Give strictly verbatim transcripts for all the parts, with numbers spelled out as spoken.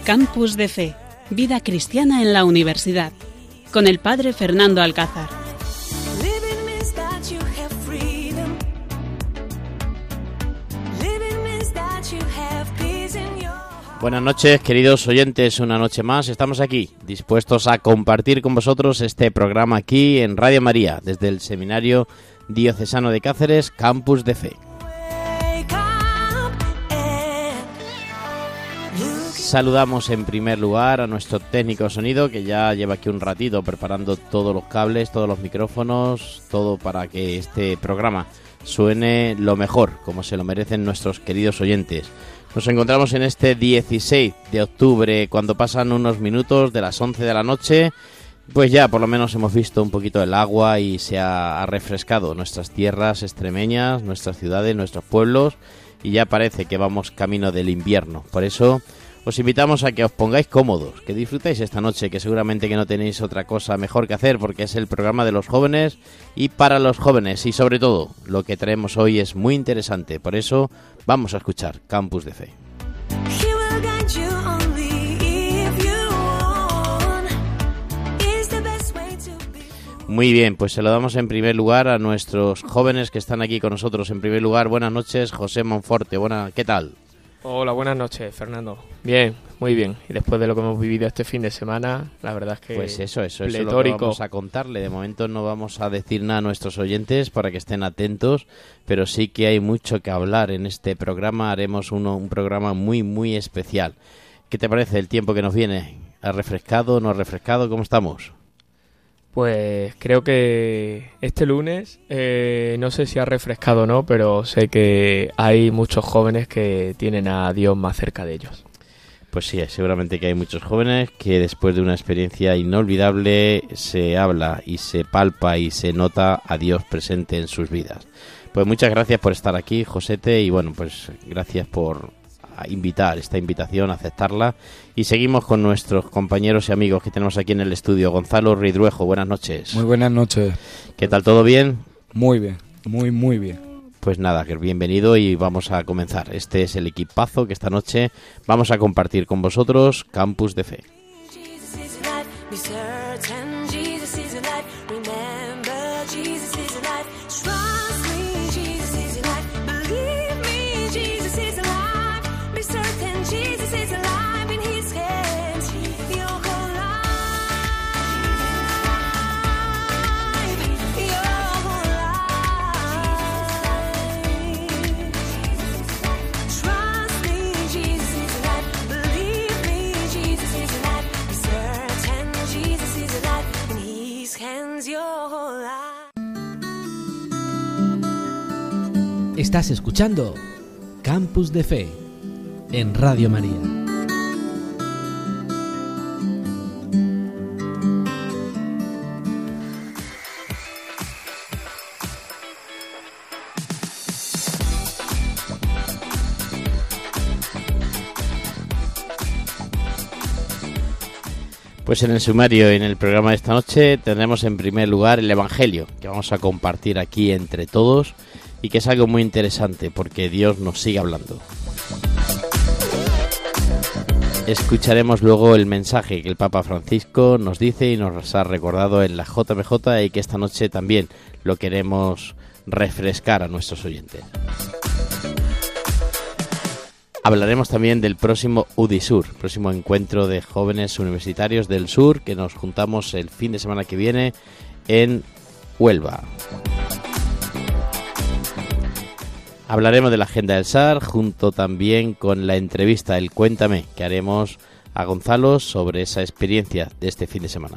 Campus de Fe, vida cristiana en la universidad, con el padre Fernando Alcázar. Buenas noches, queridos oyentes, una noche más estamos aquí, dispuestos a compartir con vosotros este programa aquí en Radio María, desde el Seminario Diocesano de Cáceres, Campus de Fe. Saludamos en primer lugar a nuestro técnico de sonido, que ya lleva aquí un ratito preparando todos los cables, todos los micrófonos, todo para que este programa suene lo mejor, como se lo merecen nuestros queridos oyentes. Nos encontramos en este dieciséis de octubre, cuando pasan unos minutos de las once de la noche, pues ya por lo menos hemos visto un poquito el agua y se ha, ha refrescado nuestras tierras extremeñas, nuestras ciudades, nuestros pueblos, y ya parece que vamos camino del invierno. Por eso os invitamos a que os pongáis cómodos, que disfrutéis esta noche, que seguramente que no tenéis otra cosa mejor que hacer, porque es el programa de los jóvenes y para los jóvenes, y sobre todo lo que traemos hoy es muy interesante. Por eso vamos a escuchar Campus de Fe. Muy bien, pues se lo damos en primer lugar a nuestros jóvenes que están aquí con nosotros. En primer lugar, buenas noches, José Monforte. Buena, ¿qué tal? Hola, buenas noches, Fernando. Bien, muy bien. Y después de lo que hemos vivido este fin de semana, la verdad es que pues eso, eso, eso pletórico. Es lo que vamos a contarle. De momento no vamos a decir nada a nuestros oyentes para que estén atentos, pero sí que hay mucho que hablar en este programa. Haremos uno, un programa muy, muy especial. ¿Qué te parece el tiempo que nos viene? ¿Ha refrescado, no ha refrescado? ¿Cómo estamos? Pues creo que este lunes, eh, no sé si ha refrescado o no, pero sé que hay muchos jóvenes que tienen a Dios más cerca de ellos. Pues sí, seguramente que hay muchos jóvenes que después de una experiencia inolvidable se habla y se palpa y se nota a Dios presente en sus vidas. Pues muchas gracias por estar aquí, Josete, y bueno, pues gracias por invitar esta invitación, aceptarla, y seguimos con nuestros compañeros y amigos que tenemos aquí en el estudio. Gonzalo Ridruejo, buenas noches. Muy buenas noches. ¿Qué tal, todo bien? Muy bien, muy muy bien. Pues nada, que bienvenido y vamos a comenzar. Este es el equipazo que esta noche vamos a compartir con vosotros, Campus de Fe. Estás escuchando Campus de Fe en Radio María. Pues en el sumario, en el programa de esta noche, tendremos en primer lugar el Evangelio, que vamos a compartir aquí entre todos, y que es algo muy interesante porque Dios nos sigue hablando. Escucharemos luego el mensaje que el Papa Francisco nos dice y nos ha recordado en la J M J, y que esta noche también lo queremos refrescar a nuestros oyentes. Hablaremos también del próximo UDISUR, próximo encuentro de jóvenes universitarios del sur, que nos juntamos el fin de semana que viene en Huelva. Hablaremos de la agenda del S A R, junto también con la entrevista, el Cuéntame, que haremos a Gonzalo sobre esa experiencia de este fin de semana.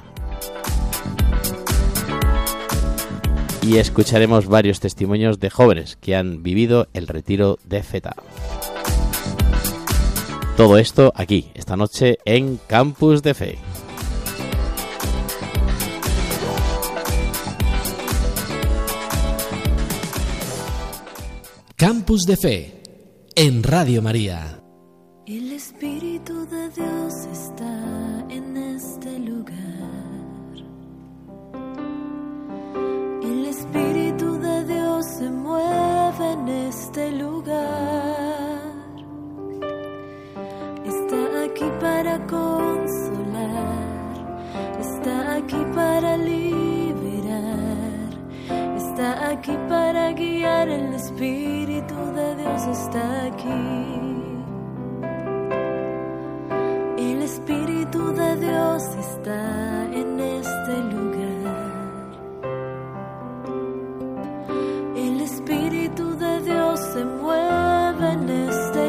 Y escucharemos varios testimonios de jóvenes que han vivido el retiro de Feta. Todo esto aquí, esta noche, en Campus de Fe. Campus de Fe en Radio María. El Espíritu de Dios está en este lugar. El Espíritu de Dios se mueve en este lugar. Está aquí para aquí para guiar, el Espíritu de Dios está aquí. El Espíritu de Dios está en este lugar. El Espíritu de Dios se mueve en este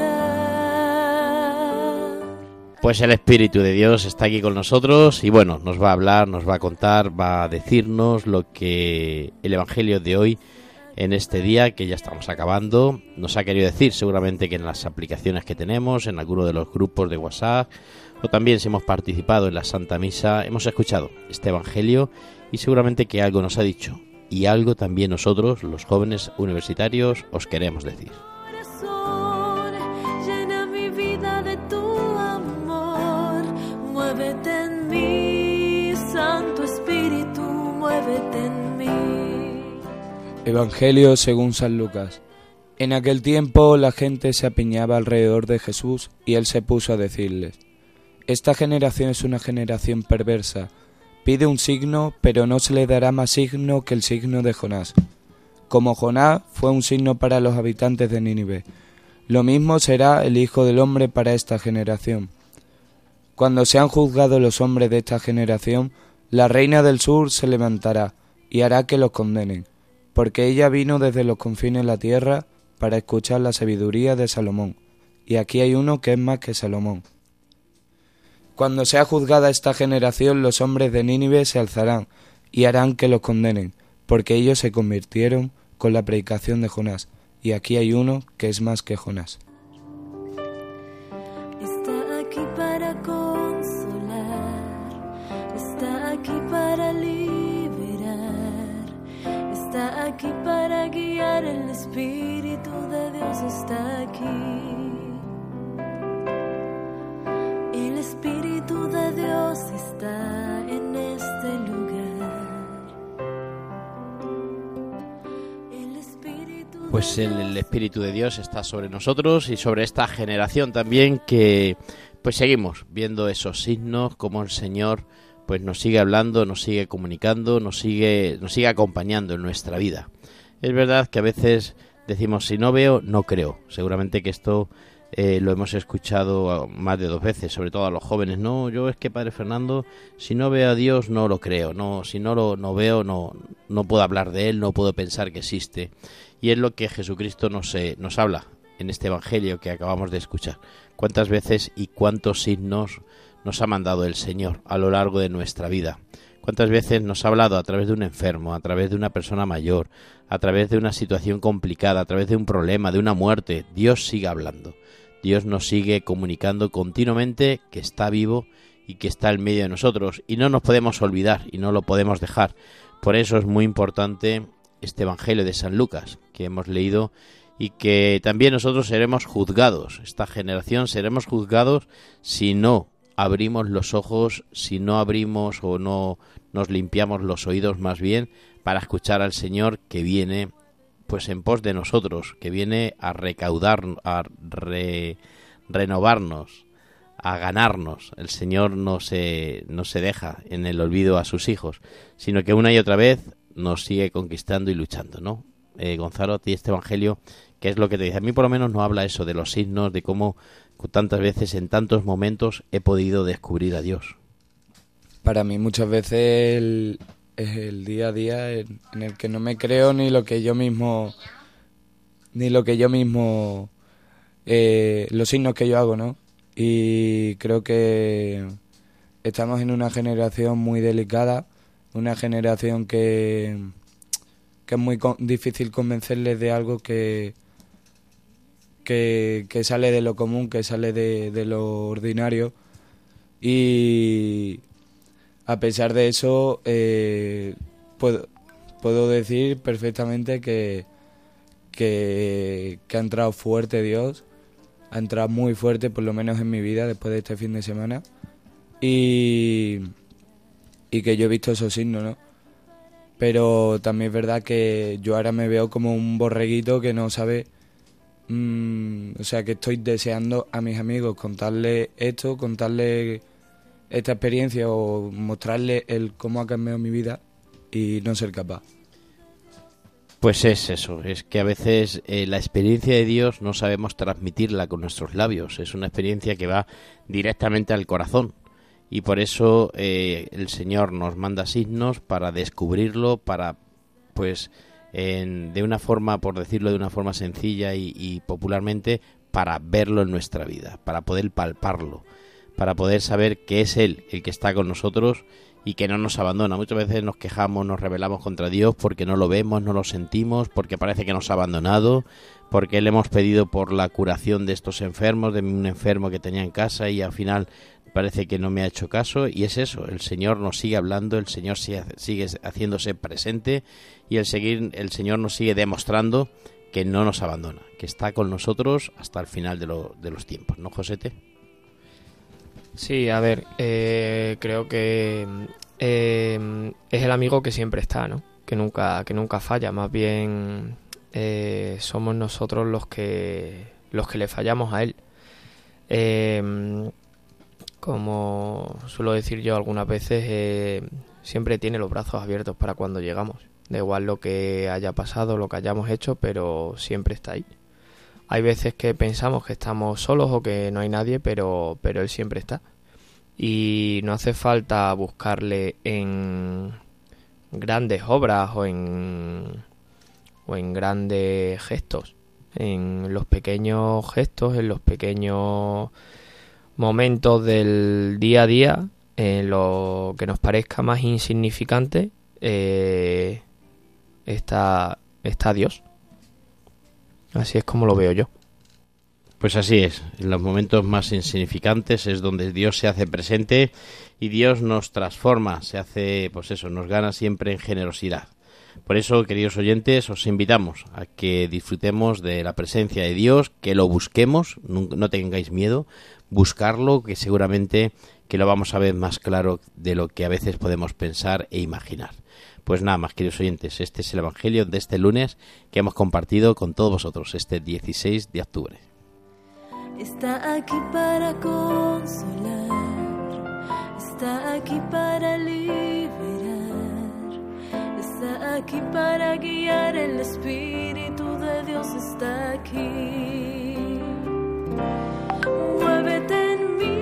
lugar. Pues el Espíritu de Dios está aquí con nosotros y bueno, nos va a hablar, nos va a contar, va a decirnos lo que el Evangelio de hoy, en este día que ya estamos acabando, nos ha querido decir. Seguramente que en las aplicaciones que tenemos, en alguno de los grupos de WhatsApp, o también si hemos participado en la Santa Misa, hemos escuchado este Evangelio y seguramente que algo nos ha dicho y algo también nosotros, los jóvenes universitarios, os queremos decir. Corazón, llena mi vida de tu amor, muévete en mí, Santo Espíritu, muévete en mí. Evangelio según San Lucas. En aquel tiempo la gente se apiñaba alrededor de Jesús y él se puso a decirles: esta generación es una generación perversa. Pide un signo, pero no se le dará más signo que el signo de Jonás. Como Jonás fue un signo para los habitantes de Nínive, lo mismo será el Hijo del Hombre para esta generación. Cuando sean juzgados los hombres de esta generación, la reina del sur se levantará y hará que los condenen, porque ella vino desde los confines de la tierra para escuchar la sabiduría de Salomón, y aquí hay uno que es más que Salomón. Cuando sea juzgada esta generación, los hombres de Nínive se alzarán y harán que los condenen, porque ellos se convirtieron con la predicación de Jonás, y aquí hay uno que es más que Jonás. Está aquí para consolar, está aquí para liberar, está aquí para guiar, el Espíritu de Dios está aquí. El Espíritu de Dios está en este lugar. El Espíritu Pues de el, Dios el Espíritu de Dios está sobre nosotros y sobre esta generación también, que pues seguimos viendo esos signos, como el Señor pues nos sigue hablando, nos sigue comunicando, nos sigue, nos sigue acompañando en nuestra vida. Es verdad que a veces decimos, si no veo, no creo. Seguramente que esto eh, lo hemos escuchado más de dos veces, sobre todo a los jóvenes. No, yo es que, Padre Fernando, si no veo a Dios, no lo creo. No, si no lo no veo, no, no puedo hablar de Él, no puedo pensar que existe. Y es lo que Jesucristo nos, eh, nos habla en este Evangelio que acabamos de escuchar. ¿Cuántas veces y cuántos signos nos ha mandado el Señor a lo largo de nuestra vida? ¿Cuántas veces nos ha hablado a través de un enfermo, a través de una persona mayor, a través de una situación complicada, a través de un problema, de una muerte? Dios sigue hablando. Dios nos sigue comunicando continuamente que está vivo y que está en medio de nosotros. Y no nos podemos olvidar y no lo podemos dejar. Por eso es muy importante este Evangelio de San Lucas que hemos leído, y que también nosotros seremos juzgados. Esta generación seremos juzgados si no abrimos los ojos, si no abrimos o no nos limpiamos los oídos más bien para escuchar al Señor que viene pues en pos de nosotros, que viene a recaudar, a re, renovarnos, a ganarnos. El Señor no se, no se deja en el olvido a sus hijos, sino que una y otra vez nos sigue conquistando y luchando, ¿no? Eh, Gonzalo, a ti este Evangelio, ¿qué es lo que te dice? A mí por lo menos no habla eso de los signos, de cómo tantas veces, en tantos momentos, he podido descubrir a Dios. Para mí muchas veces el, es el día a día en, en el que no me creo ni lo que yo mismo, ni lo que yo mismo, eh, los signos que yo hago, ¿no? Y creo que estamos en una generación muy delicada, una generación que, que es muy con, difícil convencerles de algo que Que, que sale de lo común, que sale de, de lo ordinario, y a pesar de eso eh, puedo, puedo decir perfectamente que, que, que ha entrado fuerte Dios, ha entrado muy fuerte, por lo menos en mi vida, después de este fin de semana, y, y que yo he visto esos signos, ¿no? Pero también es verdad que yo ahora me veo como un borreguito que no sabe. Mm, o sea, que estoy deseando a mis amigos contarles esto, contarles esta experiencia o mostrarles el cómo ha cambiado mi vida y no ser capaz. Pues es eso, es que a veces eh, la experiencia de Dios no sabemos transmitirla con nuestros labios, es una experiencia que va directamente al corazón y por eso eh, el Señor nos manda signos para descubrirlo, para pues en, de una forma, por decirlo de una forma sencilla y, y popularmente, para verlo en nuestra vida, para poder palparlo, para poder saber que es Él el que está con nosotros y que no nos abandona. Muchas veces nos quejamos, nos rebelamos contra Dios porque no lo vemos, no lo sentimos, porque parece que nos ha abandonado, porque le hemos pedido por la curación de estos enfermos, de un enfermo que tenía en casa y al final parece que no me ha hecho caso. Y es eso, el Señor nos sigue hablando, el Señor sigue, sigue haciéndose presente y el, seguir, el Señor nos sigue demostrando que no nos abandona, que está con nosotros hasta el final de, lo, de los tiempos, ¿no, Josete? Sí, a ver, eh, creo que eh, es el amigo que siempre está, ¿no? Que nunca, que nunca falla. Más bien eh, somos nosotros los que los que le fallamos a él. Eh, como suelo decir yo algunas veces, eh, siempre tiene los brazos abiertos para cuando llegamos. Da igual lo que haya pasado, lo que hayamos hecho, pero siempre está ahí. Hay veces que pensamos que estamos solos o que no hay nadie, pero, pero él siempre está. Y no hace falta buscarle en grandes obras o en, o en grandes gestos. En los pequeños gestos, en los pequeños momentos del día a día, en lo que nos parezca más insignificante, eh, está, está Dios. Así es como lo veo yo. Pues así es, en los momentos más insignificantes es donde Dios se hace presente y Dios nos transforma, se hace, pues eso, nos gana siempre en generosidad. Por eso, queridos oyentes, os invitamos a que disfrutemos de la presencia de Dios, que lo busquemos, no, no tengáis miedo, buscarlo, que seguramente que lo vamos a ver más claro de lo que a veces podemos pensar e imaginar. Pues nada más, queridos oyentes, este es el Evangelio de este lunes que hemos compartido con todos vosotros, este dieciséis de octubre. Está aquí para consolar, está aquí para liberar, está aquí para guiar, el Espíritu de Dios está aquí. Muévete en mí.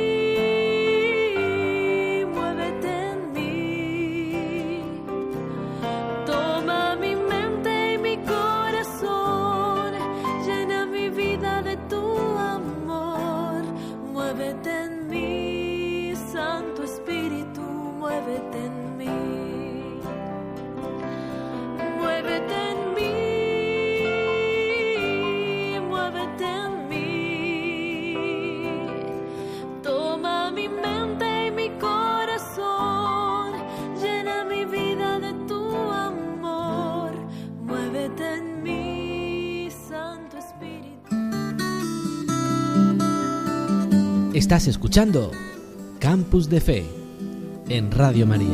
Estás escuchando Campus de Fe en Radio María.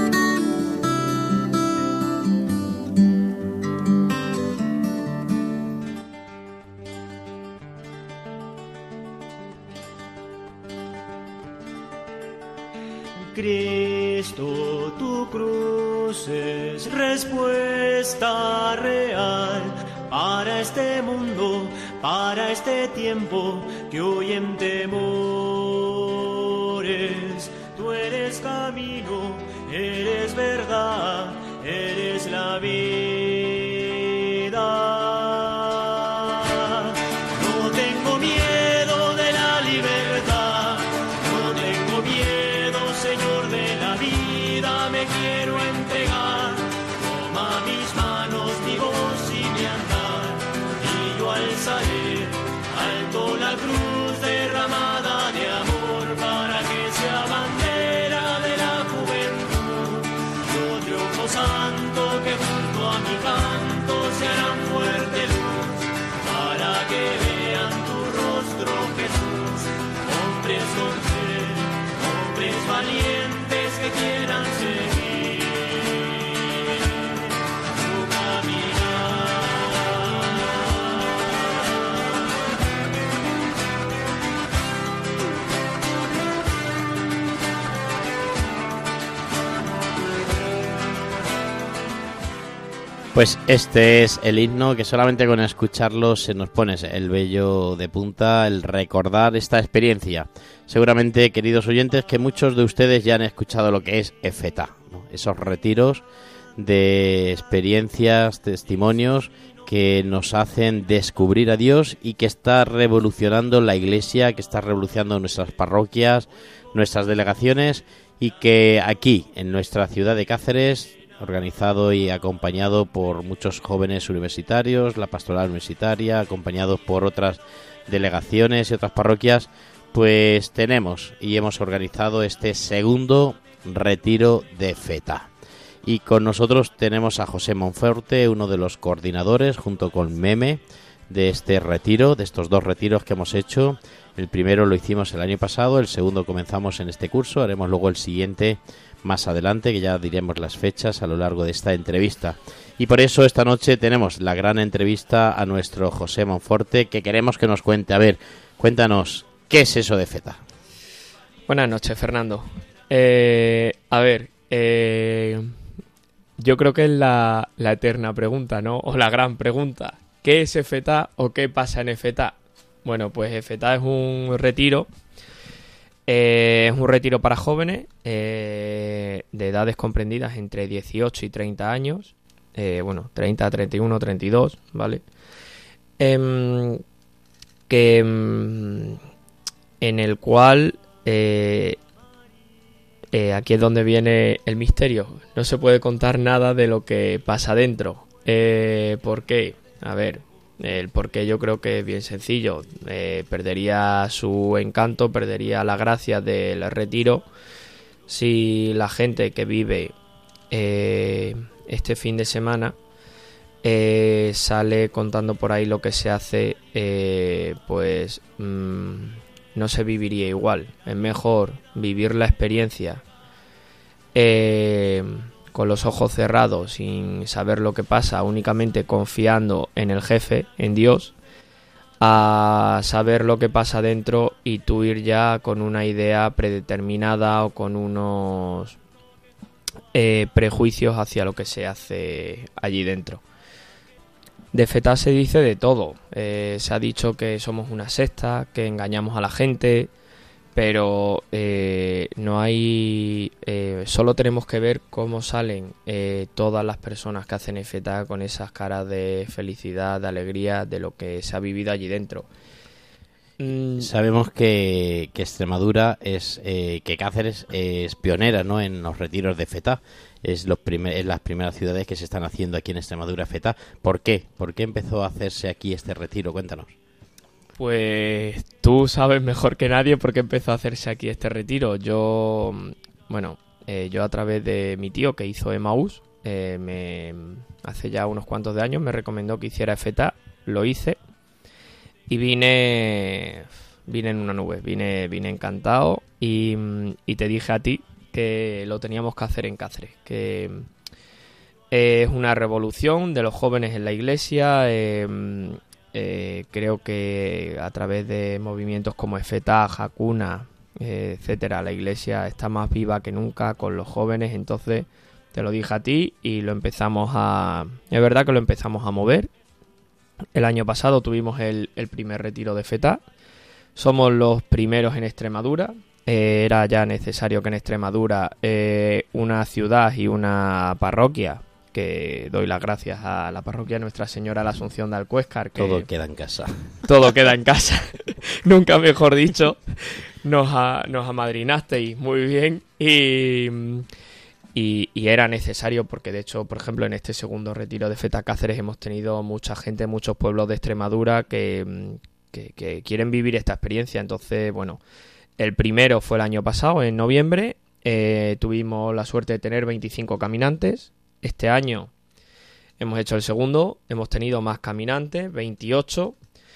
Cristo, tu cruz es respuesta real para este mundo, para este tiempo que hoy en temores. Tú eres camino, eres verdad, eres la vida. No tengo miedo de la libertad, no tengo miedo, Señor, de la vida, me quiero entregar. Toma mis manos, mi voz y mi andar, y yo alzaré alto la cruz derramada de amor para que sea bandera de la juventud. Yo triunfo santo que junto a mi Pues este es el himno que solamente con escucharlo se nos pone el vello de punta, el recordar esta experiencia. Seguramente, queridos oyentes, que muchos de ustedes ya han escuchado lo que es Efetá, ¿no? Esos retiros de experiencias, testimonios que nos hacen descubrir a Dios y que está revolucionando la Iglesia, que está revolucionando nuestras parroquias, nuestras delegaciones, y que aquí, en nuestra ciudad de Cáceres, organizado y acompañado por muchos jóvenes universitarios, la pastoral universitaria, acompañados por otras delegaciones y otras parroquias, pues tenemos y hemos organizado este segundo retiro de Efetá. Y con nosotros tenemos a José Monforte, uno de los coordinadores, junto con Meme, de este retiro, de estos dos retiros que hemos hecho. El primero lo hicimos el año pasado, el segundo comenzamos en este curso, haremos luego el siguiente más adelante, que ya diremos las fechas a lo largo de esta entrevista. Y por eso esta noche tenemos la gran entrevista a nuestro José Monforte, que queremos que nos cuente. A ver, cuéntanos, ¿qué es eso de Efetá? Buenas noches, Fernando. Eh, a ver, eh, yo creo que es la, la eterna pregunta, ¿no? O la gran pregunta. ¿Qué es Efetá o qué pasa en Efetá? Bueno, pues Efetá es un retiro. Eh, es un retiro para jóvenes eh, de edades comprendidas entre dieciocho y treinta años, eh, bueno, treinta, treinta y uno, treinta y dos, ¿vale? Eh, que en el cual eh, eh, aquí es donde viene el misterio. No se puede contar nada de lo que pasa dentro. Eh, ¿Por qué? A ver... El porqué yo creo que es bien sencillo. Eh, perdería su encanto, perdería la gracia del retiro si la gente que vive eh, este fin de semana eh, sale contando por ahí lo que se hace, eh, pues mmm, no se viviría igual. Es mejor vivir la experiencia eh, con los ojos cerrados, sin saber lo que pasa, únicamente confiando en el jefe, en Dios, a saber lo que pasa dentro y tú ir ya con una idea predeterminada o con unos eh, prejuicios hacia lo que se hace allí dentro. De Efetá se dice de todo. Eh, se ha dicho que somos una secta, que engañamos a la gente, pero eh, no hay... Eh, solo tenemos que ver cómo salen eh, todas las personas que hacen Efetá con esas caras de felicidad, de alegría, de lo que se ha vivido allí dentro. Mm. Sabemos que, que Extremadura es... Eh, que Cáceres es pionera, ¿no?, en los retiros de Efetá. Es, los primer, es las primeras ciudades que se están haciendo aquí en Extremadura Efetá. ¿Por qué? ¿Por qué empezó a hacerse aquí este retiro? Cuéntanos. Pues tú sabes mejor que nadie por qué empezó a hacerse aquí este retiro. Yo, bueno, eh, yo a través de mi tío que hizo Emaús, eh, me, hace ya unos cuantos de años me recomendó que hiciera Efetá, lo hice y vine, vine en una nube, vine, vine encantado y, y te dije a ti que lo teníamos que hacer en Cáceres, que es una revolución de los jóvenes en la iglesia. Eh, Eh, creo que a través de movimientos como Efetá, Jacuna, eh, etcétera, la iglesia está más viva que nunca con los jóvenes. Entonces te lo dije a ti y lo empezamos a... Es verdad que lo empezamos a mover. El año pasado tuvimos el, el primer retiro de Efetá. Somos los primeros en Extremadura. Eh, era ya necesario que en Extremadura eh, una ciudad y una parroquia, que doy las gracias a la parroquia Nuestra Señora de la Asunción de Alcuéscar. Que todo queda en casa. Todo queda en casa. Nunca mejor dicho. Nos, a, nos amadrinasteis muy bien y, y, y era necesario porque, de hecho, por ejemplo, en este segundo retiro de Efetá Cáceres hemos tenido mucha gente, muchos pueblos de Extremadura que, que, que quieren vivir esta experiencia. Entonces, bueno, el primero fue el año pasado, en noviembre. Eh, tuvimos la suerte de tener veinticinco caminantes. Este año hemos hecho el segundo, hemos tenido más caminantes, veintiocho,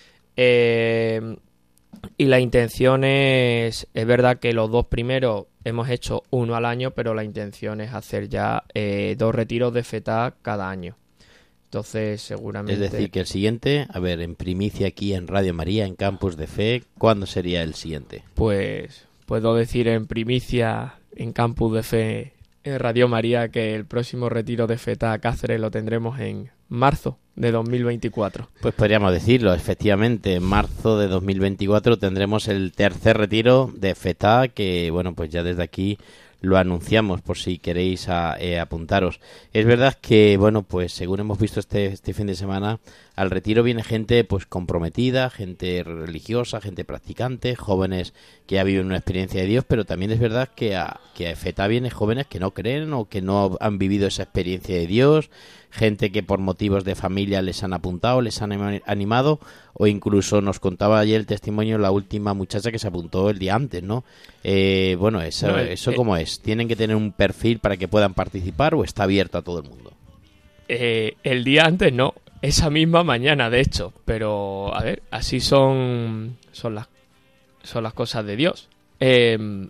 eh, y la intención es, es verdad que los dos primeros hemos hecho uno al año, pero la intención es hacer ya eh, dos retiros de Efetá cada año. Entonces, seguramente... Es decir, que el siguiente, a ver, en primicia aquí en Radio María, en Campus de Fe, ¿cuándo sería el siguiente? Pues puedo decir en primicia en Campus de Fe en Radio María que el próximo retiro de Fetá Cáceres lo tendremos en marzo de dos mil veinticuatro. Pues podríamos decirlo, efectivamente, en marzo de dos mil veinticuatro tendremos el tercer retiro de Fetá, que bueno, pues ya desde aquí lo anunciamos por si queréis a, eh, apuntaros. Es verdad que, bueno, pues según hemos visto este, este fin de semana, al retiro viene gente pues comprometida, gente religiosa, gente practicante, jóvenes que ya viven una experiencia de Dios, pero también es verdad que a, que a Fetá vienen jóvenes que no creen o que no han vivido esa experiencia de Dios, gente que por motivos de familia les han apuntado, les han animado, o incluso nos contaba ayer el testimonio la última muchacha que se apuntó el día antes, ¿no? Eh, bueno, eso, no, eso eh, ¿cómo es? ¿Tienen que tener un perfil para que puedan participar o está abierto a todo el mundo? Eh, el día antes no, esa misma mañana de hecho, pero a ver, así son, son, las, son las cosas de Dios. Eh,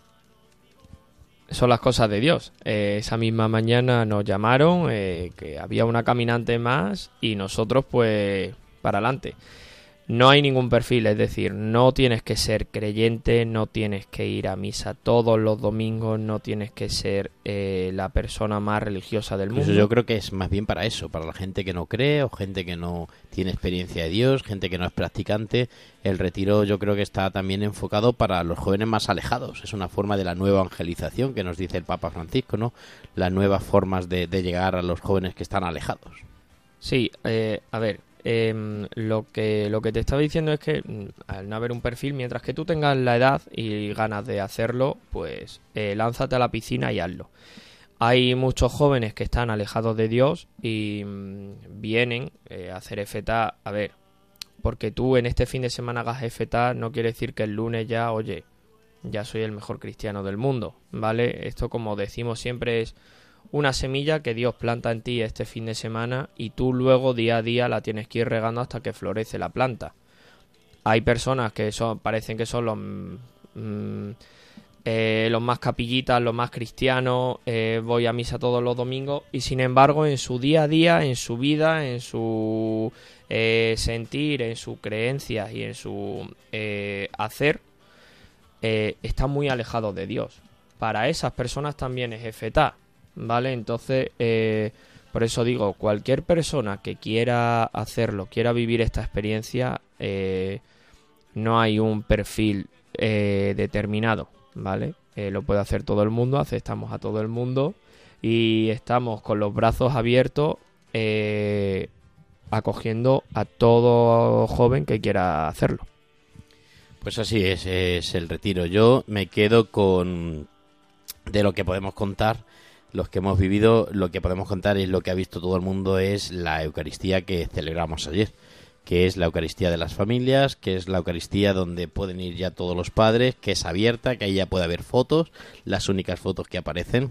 Son las cosas de Dios. Eh, esa misma mañana nos llamaron, eh, que había una caminante más y nosotros pues para adelante. No hay ningún perfil, es decir, no tienes que ser creyente, no tienes que ir a misa todos los domingos, no tienes que ser eh, la persona más religiosa del mundo. Pues yo creo que es más bien para eso, para la gente que no cree o gente que no tiene experiencia de Dios, gente que no es practicante. El retiro yo creo que está también enfocado para los jóvenes más alejados. Es una forma de la nueva evangelización que nos dice el Papa Francisco, ¿no? Las nuevas formas de, de llegar a los jóvenes que están alejados. Sí, eh, a ver... Eh, lo que lo que te estaba diciendo es que al no haber un perfil, mientras que tú tengas la edad y ganas de hacerlo, pues eh, lánzate a la piscina y hazlo. Hay muchos jóvenes que están alejados de Dios y mmm, vienen eh, a hacer Fetá. A ver, porque tú en este fin de semana hagas Fetá no quiere decir que el lunes ya, oye, ya soy el mejor cristiano del mundo, ¿vale? Esto, como decimos siempre, es una semilla que Dios planta en ti este fin de semana y tú luego día a día la tienes que ir regando hasta que florece la planta. Hay personas que son, parecen que son los, mmm, eh, los más capillitas, los más cristianos, eh, voy a misa todos los domingos y sin embargo en su día a día, en su vida, en su eh, sentir, en sus creencias y en su eh, hacer, eh, están muy alejados de Dios. Para esas personas también es Fetá. ¿Vale? Entonces, eh, por eso digo, cualquier persona que quiera hacerlo, quiera vivir esta experiencia, eh, no hay un perfil eh, determinado, ¿vale? Eh, lo puede hacer todo el mundo, aceptamos a todo el mundo y estamos con los brazos abiertos eh, acogiendo a todo joven que quiera hacerlo. Pues así es, es el retiro. Yo me quedo con de lo que podemos contar. Los que hemos vivido, lo que podemos contar es lo que ha visto todo el mundo, es la Eucaristía que celebramos ayer, que es la Eucaristía de las familias, que es la Eucaristía donde pueden ir ya todos los padres, que es abierta, que ahí ya puede haber fotos, las únicas fotos que aparecen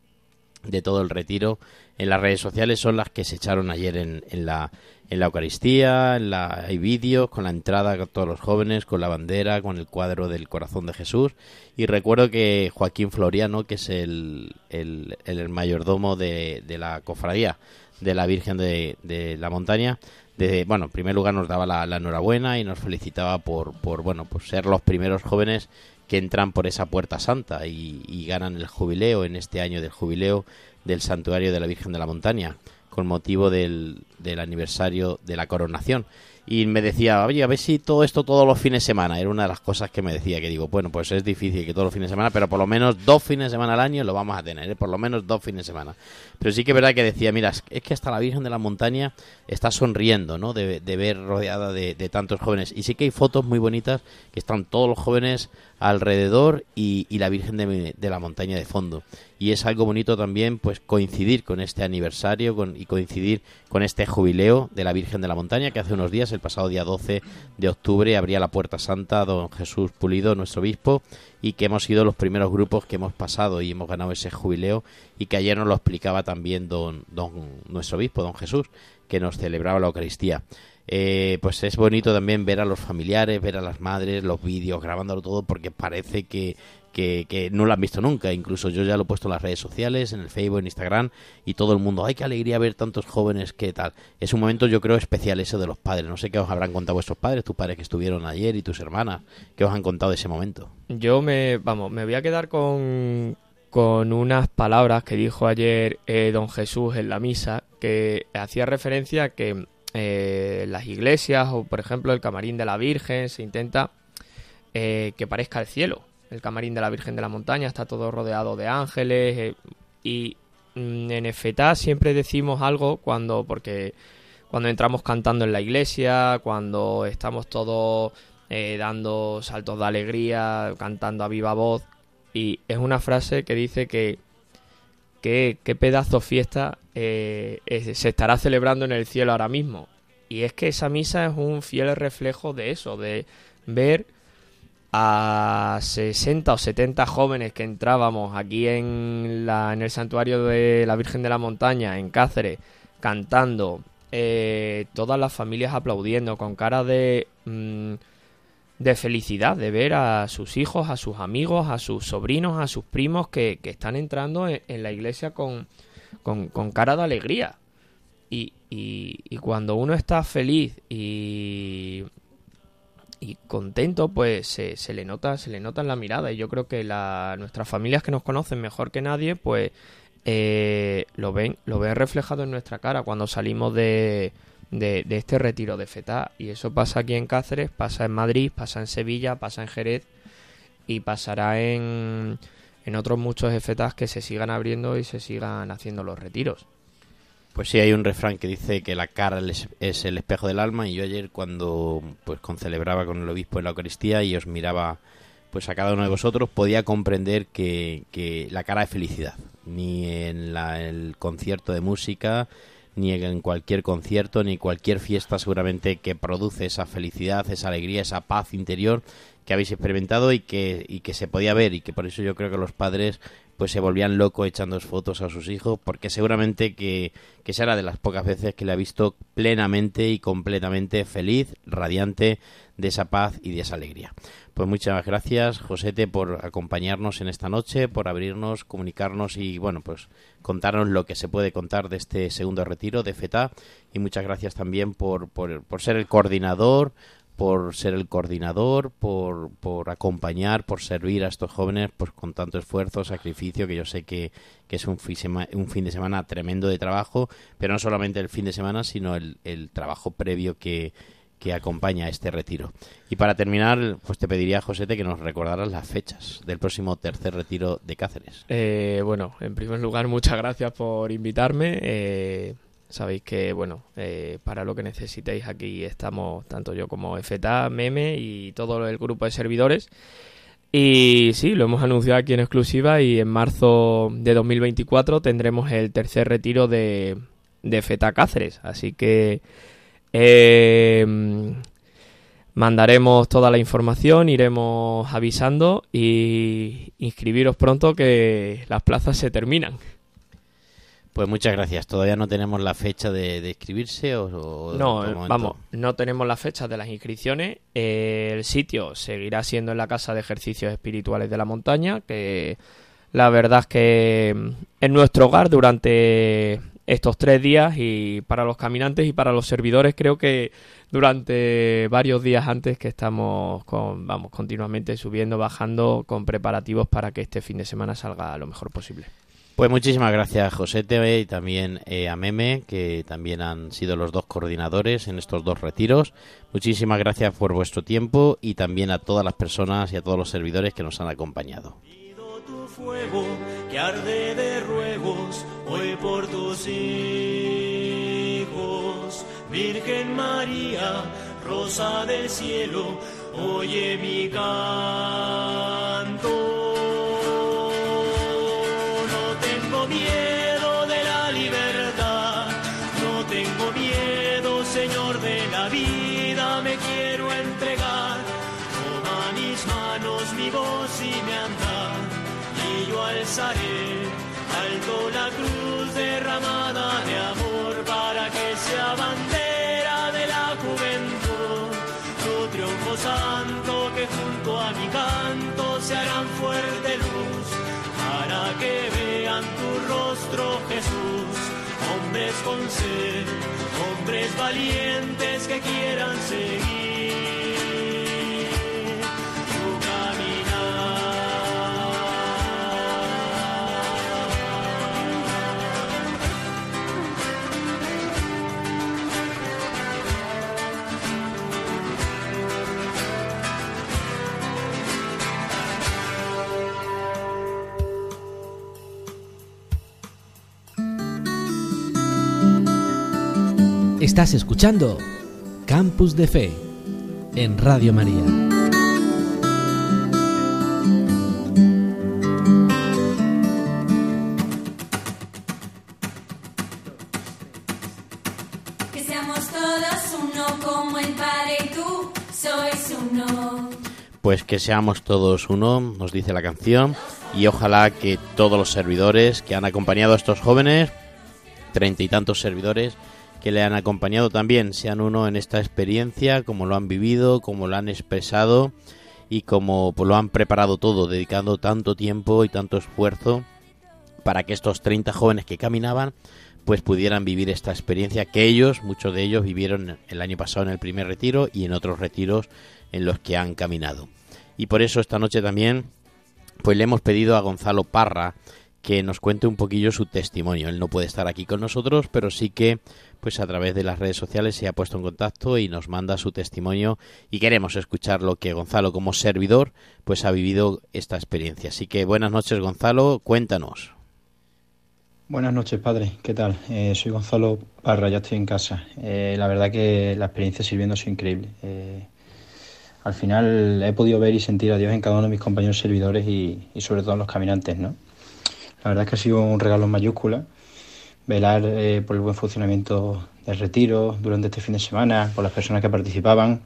de todo el retiro en las redes sociales son las que se echaron ayer en, en la en la Eucaristía, en la, hay vídeos con la entrada con todos los jóvenes, con la bandera, con el cuadro del corazón de Jesús. Y recuerdo que Joaquín Floriano, que es el, el, el mayordomo de, de la cofradía de la Virgen de, de la Montaña, de, bueno, en primer lugar nos daba la, la enhorabuena y nos felicitaba por, por bueno, por ser los primeros jóvenes que entran por esa puerta santa y, y ganan el jubileo en este año del jubileo del Santuario de la Virgen de la Montaña, con motivo del, del aniversario de la coronación. Y me decía, oye, a ver si todo esto todos los fines de semana. Era una de las cosas que me decía, que digo, bueno, pues es difícil que todos los fines de semana, pero por lo menos dos fines de semana al año lo vamos a tener, ¿eh? Por lo menos dos fines de semana. Pero sí que es verdad que decía, mira, es que hasta la Virgen de la Montaña está sonriendo, ¿no? De, de ver rodeada de, de tantos jóvenes. Y sí que hay fotos muy bonitas que están todos los jóvenes alrededor y, y la Virgen de, de la Montaña de fondo. Y es algo bonito también, pues, coincidir con este aniversario con, y coincidir con este jubileo de la Virgen de la Montaña, que hace unos días, el pasado día doce de octubre, abría la Puerta Santa don Jesús Pulido, nuestro obispo, y que hemos sido los primeros grupos que hemos pasado y hemos ganado ese jubileo, y que ayer nos lo explicaba también don, don nuestro obispo, don Jesús, que nos celebraba la Eucaristía. Eh, pues es bonito también ver a los familiares, ver a las madres, los vídeos, grabándolo todo, porque parece que, que, que no lo han visto nunca. Incluso yo ya lo he puesto en las redes sociales, en el Facebook, en Instagram, y todo el mundo, ¡ay, qué alegría ver tantos jóvenes! ¿Qué tal? Es un momento, yo creo, especial eso de los padres. No sé qué os habrán contado vuestros padres, tus padres que estuvieron ayer y tus hermanas, ¿qué os han contado de ese momento? Yo me, vamos, me voy a quedar con, con unas palabras que dijo ayer eh, don Jesús en la misa, que hacía referencia a que eh, las iglesias o, por ejemplo, el camarín de la Virgen se intenta eh, que parezca el cielo. El camarín de la Virgen de la Montaña está todo rodeado de ángeles eh, y mm, en Efetá siempre decimos algo cuando, porque cuando entramos cantando en la iglesia, cuando estamos todos eh, dando saltos de alegría, cantando a viva voz, y es una frase que dice que qué pedazo fiesta eh, es, se estará celebrando en el cielo ahora mismo. Y es que esa misa es un fiel reflejo de eso, de ver a sesenta o setenta jóvenes que entrábamos aquí en, la, en el santuario de la Virgen de la Montaña, en Cáceres, cantando, eh, todas las familias aplaudiendo, con cara de... Mmm, de felicidad, de ver a sus hijos, a sus amigos, a sus sobrinos, a sus primos que, que están entrando en, en la iglesia con, con, con cara de alegría. Y, y, y cuando uno está feliz y, y contento, pues se, se le nota, se le nota en la mirada. Y yo creo que la, nuestras familias que nos conocen mejor que nadie, pues eh, lo ven, lo ven reflejado en nuestra cara cuando salimos de De, de este retiro de Efetá. Y eso pasa aquí en Cáceres, pasa en Madrid, pasa en Sevilla, pasa en Jerez y pasará en, en otros muchos Efetás que se sigan abriendo y se sigan haciendo los retiros. Pues sí, hay un refrán que dice que la cara es el espejo del alma, y yo ayer cuando pues concelebraba con el obispo en la Eucaristía y os miraba pues a cada uno de vosotros, podía comprender que, que la cara es felicidad. Ni en la, el concierto de música, ni en cualquier concierto, ni cualquier fiesta seguramente que produce esa felicidad, esa alegría, esa paz interior que habéis experimentado y que, y que se podía ver, y que por eso yo creo que los padres pues se volvían locos echando fotos a sus hijos, porque seguramente que, que esa era de las pocas veces que le ha visto plenamente y completamente feliz, radiante de esa paz y de esa alegría. Pues muchas gracias, Josete, por acompañarnos en esta noche, por abrirnos, comunicarnos y, bueno, pues contarnos lo que se puede contar de este segundo retiro de Efetá, y muchas gracias también por, por, por ser el coordinador, por ser el coordinador, por, por acompañar, por servir a estos jóvenes pues con tanto esfuerzo, sacrificio, que yo sé que, que es un fin, un fin de semana tremendo de trabajo, pero no solamente el fin de semana, sino el, el trabajo previo que, que acompaña a este retiro. Y para terminar, pues te pediría, Josete, que nos recordaras las fechas del próximo tercer retiro de Cáceres. Eh, bueno, en primer lugar, muchas gracias por invitarme. Eh... Sabéis que, bueno, eh, para lo que necesitéis aquí estamos tanto yo como Efetá, Meme y todo el grupo de servidores. Y sí, lo hemos anunciado aquí en exclusiva, y en marzo de dos mil veinticuatro tendremos el tercer retiro de, de Efetá Cáceres. Así que eh, mandaremos toda la información, iremos avisando, y inscribiros pronto que las plazas se terminan. Pues muchas gracias. ¿Todavía no tenemos la fecha de, de inscribirse? O, o no, vamos, no tenemos la fecha de las inscripciones. Eh, el sitio seguirá siendo en la Casa de Ejercicios Espirituales de la Montaña, que la verdad es que es nuestro hogar durante estos tres días, y para los caminantes y para los servidores creo que durante varios días antes, que estamos con, vamos, continuamente subiendo, bajando, con preparativos para que este fin de semana salga lo mejor posible. Pues muchísimas gracias, Josete, y también eh, a Meme, que también han sido los dos coordinadores en estos dos retiros. Muchísimas gracias por vuestro tiempo, y también a todas las personas y a todos los servidores que nos han acompañado. Pido tu fuego que arde de ruegos hoy por tus hijos. Virgen María, rosa del cielo, oye mi canto. Miedo de la libertad, no tengo miedo, Señor de la vida, me quiero entregar. Toma mis manos, mi voz y mi andar, y yo alzaré alto la cruz derramada de amor, para que sea bandera de la juventud, tu triunfo santo, que junto a mi canto se harán fuerte luz, para que vean tu rostro, Jesús. Hombres con sed, hombres valientes que quieran seguir tu caminar. Estás escuchando Campus de Fe en Radio María. Que seamos todos uno como el Padre y tú sois uno. Pues que seamos todos uno, nos dice la canción, y ojalá que todos los servidores que han acompañado a estos jóvenes, treinta y tantos servidores, que le han acompañado también, sean uno en esta experiencia, como lo han vivido, como lo han expresado y como pues, lo han preparado todo, dedicando tanto tiempo y tanto esfuerzo para que estos treinta jóvenes que caminaban pues pudieran vivir esta experiencia que ellos, muchos de ellos, vivieron el año pasado en el primer retiro y en otros retiros en los que han caminado. Y por eso esta noche también pues le hemos pedido a Gonzalo Parra que nos cuente un poquillo su testimonio. Él no puede estar aquí con nosotros, pero sí que pues a través de las redes sociales se ha puesto en contacto y nos manda su testimonio y queremos escuchar lo que Gonzalo como servidor pues ha vivido esta experiencia. Así que buenas noches, Gonzalo, cuéntanos. Buenas noches, padre. ¿Qué tal? Eh, soy Gonzalo Parra, ya estoy en casa. Eh, la verdad que la experiencia sirviendo ha sido increíble. Eh, al final he podido ver y sentir a Dios en cada uno de mis compañeros servidores y, y sobre todo en los caminantes, ¿no? La verdad es que ha sido un regalo en mayúscula, velar eh, por el buen funcionamiento del retiro durante este fin de semana, por las personas que participaban,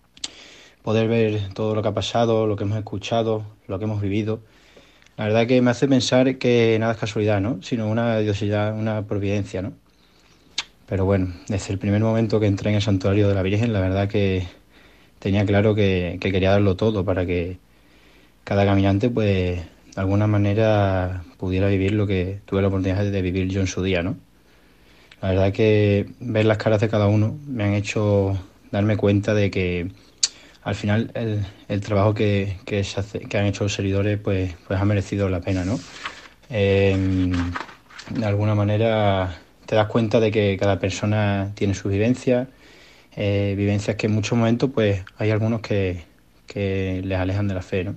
poder ver todo lo que ha pasado, lo que hemos escuchado, lo que hemos vivido. La verdad que me hace pensar que nada es casualidad, ¿no? Sino una diosidad, una providencia, ¿no? Pero bueno, desde el primer momento que entré en el santuario de la Virgen, la verdad que tenía claro que, que quería darlo todo para que cada caminante, pues, de alguna manera pudiera vivir lo que tuve la oportunidad de vivir yo en su día, ¿no? La verdad que ver las caras de cada uno me han hecho darme cuenta de que al final el, el trabajo que, que, se hace, que han hecho los servidores pues, pues ha merecido la pena, ¿no? Eh, de alguna manera te das cuenta de que cada persona tiene sus vivencias, eh, vivencias que en muchos momentos pues hay algunos que, que les alejan de la fe, ¿no?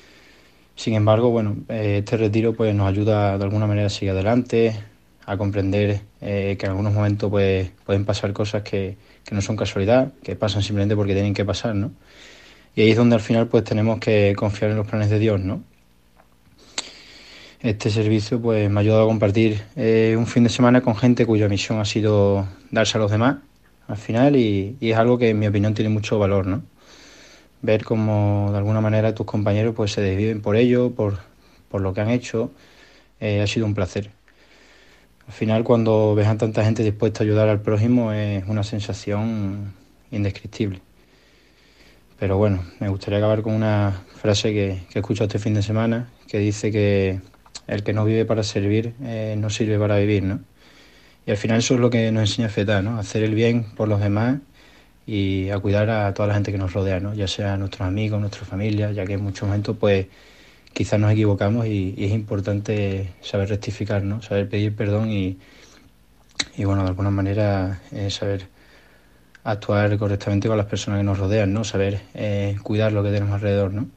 Sin embargo, bueno, eh, este retiro pues nos ayuda de alguna manera a seguir adelante, a comprender eh, que en algunos momentos pues pueden pasar cosas que, que no son casualidad, que pasan simplemente porque tienen que pasar, ¿no? Y ahí es donde al final pues tenemos que confiar en los planes de Dios, ¿no? Este servicio pues me ha ayudado a compartir eh, un fin de semana con gente cuya misión ha sido darse a los demás al final y, y es algo que en mi opinión tiene mucho valor, ¿no? Ver cómo de alguna manera tus compañeros pues se desviven por ello, por, por lo que han hecho, eh, ha sido un placer. Al final cuando ves a tanta gente dispuesta a ayudar al prójimo es una sensación indescriptible. Pero bueno, me gustaría acabar con una frase que, que he escuchado este fin de semana, que dice que el que no vive para servir eh, no sirve para vivir, ¿no? Y al final eso es lo que nos enseña Fetá, ¿no? Hacer el bien por los demás y a cuidar a toda la gente que nos rodea, ¿no? Ya sea nuestros amigos, nuestra familia, ya que en muchos momentos pues quizás nos equivocamos y, y es importante saber rectificar, ¿no? Saber pedir perdón y, y bueno, de alguna manera eh, saber actuar correctamente con las personas que nos rodean, ¿no? Saber eh, cuidar lo que tenemos alrededor, ¿no?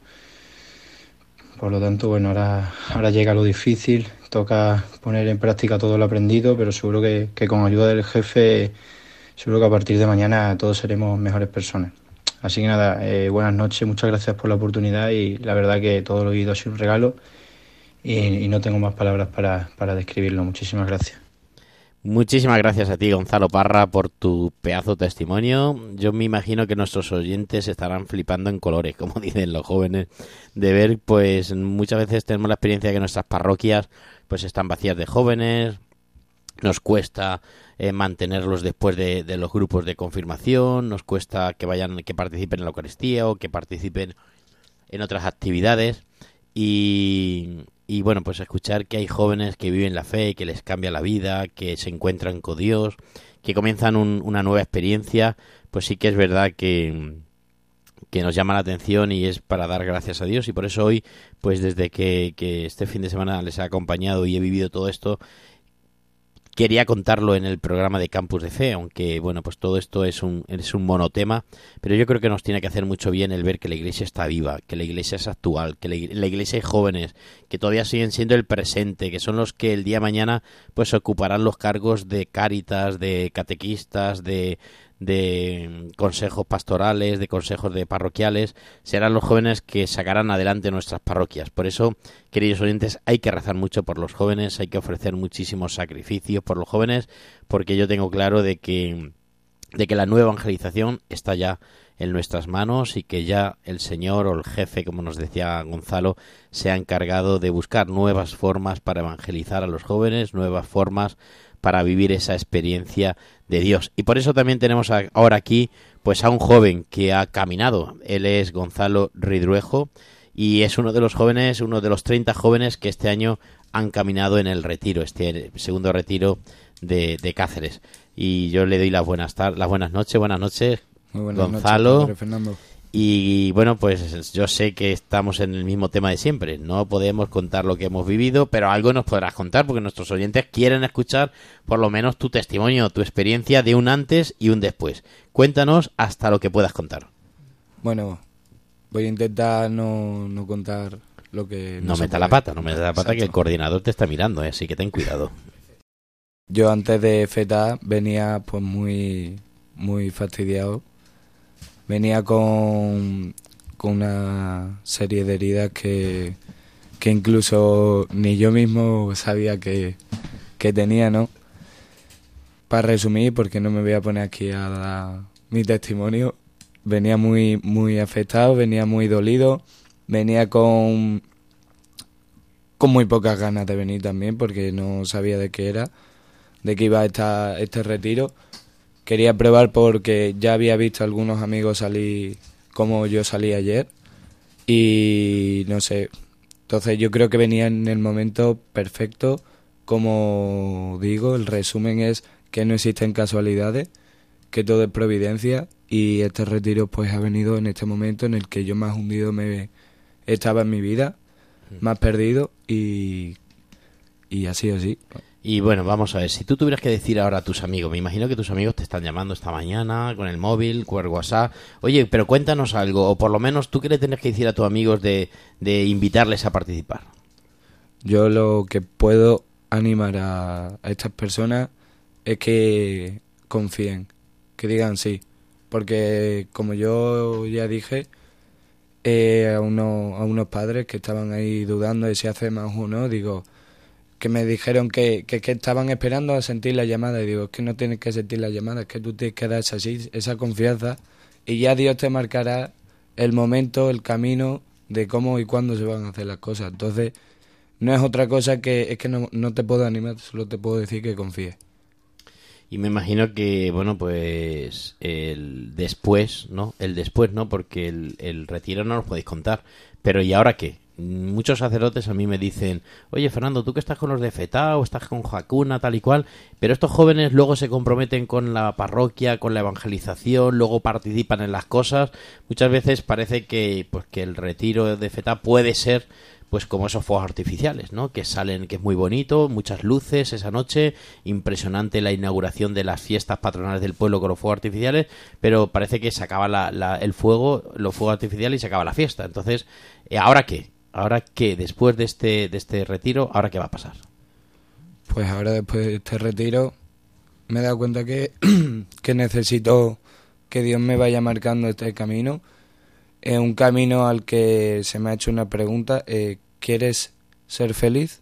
Por lo tanto, bueno, ahora, ahora llega lo difícil, toca poner en práctica todo lo aprendido, pero seguro que, que con ayuda del jefe, seguro que a partir de mañana todos seremos mejores personas. Así que nada, eh, buenas noches, muchas gracias por la oportunidad y la verdad que todo lo oído ha sido un regalo y, y no tengo más palabras para, para describirlo. Muchísimas gracias. Muchísimas gracias a ti, Gonzalo Parra, por tu pedazo testimonio. Yo me imagino que nuestros oyentes estarán flipando en colores, como dicen los jóvenes, de ver, pues muchas veces tenemos la experiencia de que nuestras parroquias pues están vacías de jóvenes, nos cuesta eh, mantenerlos después de, de los grupos de confirmación, nos cuesta que vayan, que participen en la Eucaristía o que participen en otras actividades y... Y bueno, pues escuchar que hay jóvenes que viven la fe, que les cambia la vida, que se encuentran con Dios, que comienzan un, una nueva experiencia, pues sí que es verdad que, que nos llama la atención y es para dar gracias a Dios. Y por eso hoy, pues desde que, que este fin de semana les he acompañado y he vivido todo esto, quería contarlo en el programa de Campus de Fe, aunque bueno, pues todo esto es un, es un monotema, pero yo creo que nos tiene que hacer mucho bien el ver que la Iglesia está viva, que la Iglesia es actual, que la, la Iglesia hay jóvenes, que todavía siguen siendo el presente, que son los que el día de mañana pues ocuparán los cargos de cáritas, de catequistas, de de consejos pastorales, de consejos de parroquiales, serán los jóvenes que sacarán adelante nuestras parroquias. Por eso, queridos oyentes, hay que rezar mucho por los jóvenes, hay que ofrecer muchísimos sacrificios por los jóvenes, porque yo tengo claro de que, de que la nueva evangelización está ya en nuestras manos y que ya el Señor o el jefe, como nos decía Gonzalo, se ha encargado de buscar nuevas formas para evangelizar a los jóvenes, nuevas formas para vivir esa experiencia de Dios. Y por eso también tenemos ahora aquí pues a un joven que ha caminado. Él es Gonzalo Ridruejo y es uno de los jóvenes, uno de los treinta jóvenes que este año han caminado en el retiro, este segundo retiro de, de Cáceres. Y yo le doy las buenas tardes, las buenas noches, buenas noches, Muy buenas Gonzalo. noches, Fernando. Y bueno, pues yo sé que estamos en el mismo tema de siempre. No podemos contar lo que hemos vivido, pero algo nos podrás contar porque nuestros oyentes quieren escuchar por lo menos tu testimonio, tu experiencia de un antes y un después. Cuéntanos hasta lo que puedas contar. Bueno, voy a intentar no, no contar lo que... No, no meta la pata, no meta la pata. Exacto. Que el coordinador te está mirando, ¿eh? Así que ten cuidado. Yo antes de FETA venía pues muy, muy fastidiado. Venía con, con una serie de heridas que, que incluso ni yo mismo sabía que, que tenía, ¿no? Para resumir, porque no me voy a poner aquí a dar mi testimonio, venía muy, muy afectado, venía muy dolido, venía con, con muy pocas ganas de venir también, porque no sabía de qué era, de qué iba a estar este retiro. Quería probar porque ya había visto a algunos amigos salir como yo salí ayer y no sé, entonces yo creo que venía en el momento perfecto. Como digo, el resumen es que no existen casualidades, que todo es providencia y este retiro pues ha venido en este momento en el que yo más hundido me estaba en mi vida, más perdido y, y así así. Y bueno, vamos a ver, si tú tuvieras que decir ahora a tus amigos, me imagino que tus amigos te están llamando esta mañana con el móvil, con el WhatsApp, oye, pero cuéntanos algo, o por lo menos tú qué le tendrías que decir a tus amigos de, de invitarles a participar. Yo lo que puedo animar a, a estas personas es que confíen, que digan sí, porque como yo ya dije, eh, a, uno, a unos padres que estaban ahí dudando de si hace más o no, digo... que me dijeron que, que, que estaban esperando a sentir la llamada y digo, es que no tienes que sentir la llamada, es que tú tienes que dar esa, esa confianza y ya Dios te marcará el momento, el camino de cómo y cuándo se van a hacer las cosas. Entonces, no es otra cosa que es que no, no te puedo animar, solo te puedo decir que confíes. Y me imagino que, bueno, pues el después, ¿no? El después, ¿no? Porque el, el retiro no lo podéis contar. Pero ¿y ahora qué? Muchos sacerdotes a mí me dicen, oye Fernando, tú que estás con los de FETA o estás con Jacuna, tal y cual, pero estos jóvenes luego se comprometen con la parroquia, con la evangelización, luego participan en las cosas. Muchas veces parece que pues que el retiro de FETA puede ser pues como esos fuegos artificiales, ¿no? Que salen, que es muy bonito, muchas luces esa noche, impresionante la inauguración de las fiestas patronales del pueblo con los fuegos artificiales, pero parece que se acaba la, la, el fuego, los fuegos artificiales y se acaba la fiesta. Entonces, ¿ahora qué? ¿Ahora qué? Después de este de este retiro, ¿ahora qué va a pasar? Pues ahora después de este retiro me he dado cuenta que, que necesito que Dios me vaya marcando este camino. Es un camino al que se me ha hecho una pregunta, eh, ¿quieres ser feliz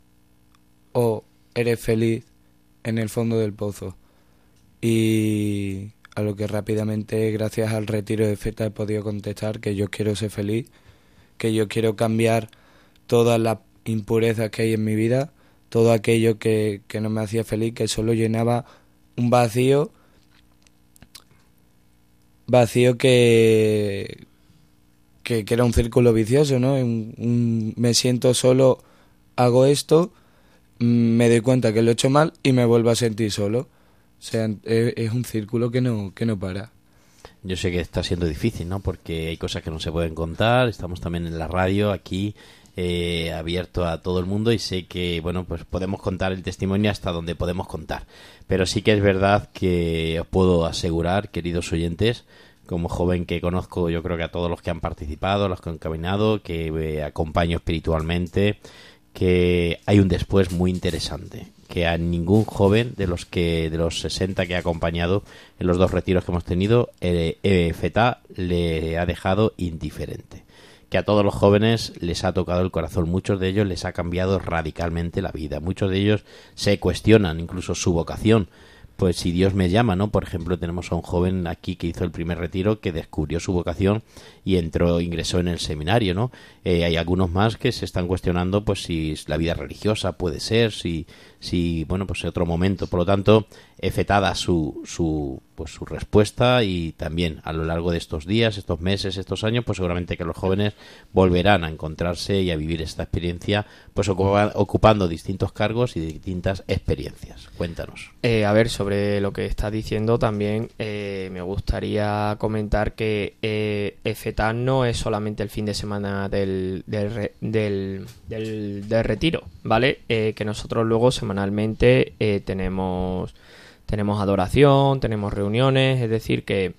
o eres feliz en el fondo del pozo? Y a lo que rápidamente, gracias al retiro de FETA, he podido contestar que yo quiero ser feliz, que yo quiero cambiar todas las impurezas que hay en mi vida, todo aquello que, que no me hacía feliz, que solo llenaba un vacío, vacío que, que, que era un círculo vicioso, ¿no? Un, un, me siento solo, hago esto, me doy cuenta que lo he hecho mal y me vuelvo a sentir solo. O sea, es, es un círculo que no, que no para. Yo sé que está siendo difícil, ¿no? Porque hay cosas que no se pueden contar. Estamos también en la radio aquí eh, abierto a todo el mundo, y sé que, bueno, pues podemos contar el testimonio hasta donde podemos contar. Pero sí que es verdad que os puedo asegurar, queridos oyentes, como joven que conozco, yo creo que a todos los que han participado, los que han caminado, que eh, acompaño espiritualmente, que hay un después muy interesante, que a ningún joven de los que de los sesenta que he acompañado en los dos retiros que hemos tenido, eh, eh, FETA le ha dejado indiferente, que a todos los jóvenes les ha tocado el corazón, muchos de ellos les ha cambiado radicalmente la vida, muchos de ellos se cuestionan incluso su vocación. Pues si Dios me llama, ¿no? Por ejemplo, tenemos a un joven aquí que hizo el primer retiro, que descubrió su vocación y entró, ingresó en el seminario, ¿no? Eh, hay algunos más que se están cuestionando, pues si la vida religiosa puede ser, si, si bueno, pues otro momento. Por lo tanto, efetada su, su, pues su respuesta, y también a lo largo de estos días, estos meses, estos años, pues seguramente que los jóvenes volverán a encontrarse y a vivir esta experiencia, pues ocupa, ocupando distintos cargos y distintas experiencias. Cuéntanos. Eh, a ver, sobre lo que estás diciendo también eh, me gustaría comentar que eh, FETA no es solamente el fin de semana del, del, re, del, del, del retiro, ¿vale? Eh, que nosotros luego semanalmente eh, tenemos... Tenemos adoración, tenemos reuniones, es decir que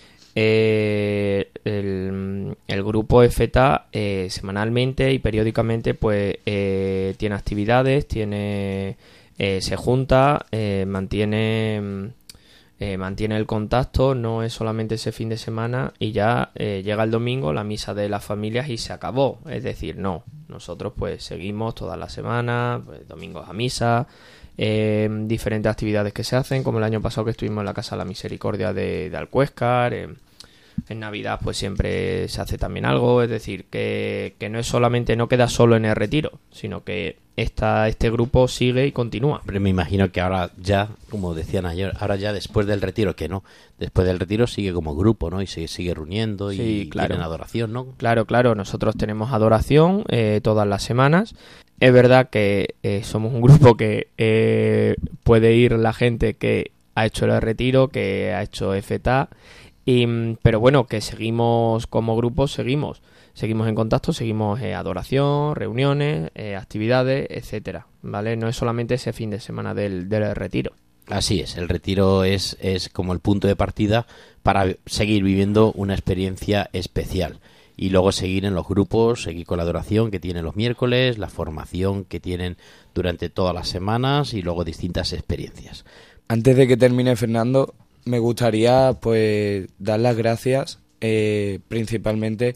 eh, el, el grupo FETA eh, semanalmente y periódicamente pues eh, tiene actividades, tiene eh, se junta, eh, mantiene eh, mantiene el contacto, no es solamente ese fin de semana y ya eh, llega el domingo, la misa de las familias y se acabó, es decir, no, nosotros pues seguimos toda la semana, pues, domingos a misa. Eh, diferentes actividades que se hacen, como el año pasado que estuvimos en la Casa de la Misericordia de, de Alcuéscar. eh, en Navidad pues siempre se hace también algo, es decir que, que no es solamente, no queda solo en el retiro, sino que esta, este grupo sigue y continúa. Pero me imagino que ahora ya, como decían ayer, ahora ya después del retiro, que no, después del retiro sigue como grupo, ¿no? Y se sigue reuniendo y sí, claro. Tienen adoración, ¿no? Claro, claro, nosotros tenemos adoración eh, todas las semanas. Es verdad que eh, somos un grupo que eh, puede ir la gente que ha hecho el retiro, que ha hecho FETA, y, pero bueno, que seguimos como grupo, seguimos, seguimos en contacto, seguimos eh, adoración, reuniones, eh, actividades, etcétera, ¿vale? No es solamente ese fin de semana del, del retiro. Así es, el retiro es, es como el punto de partida para seguir viviendo una experiencia especial. Y luego seguir en los grupos, seguir con la adoración que tienen los miércoles, la formación que tienen durante todas las semanas y luego distintas experiencias. Antes de que termine Fernando, me gustaría pues dar las gracias eh, principalmente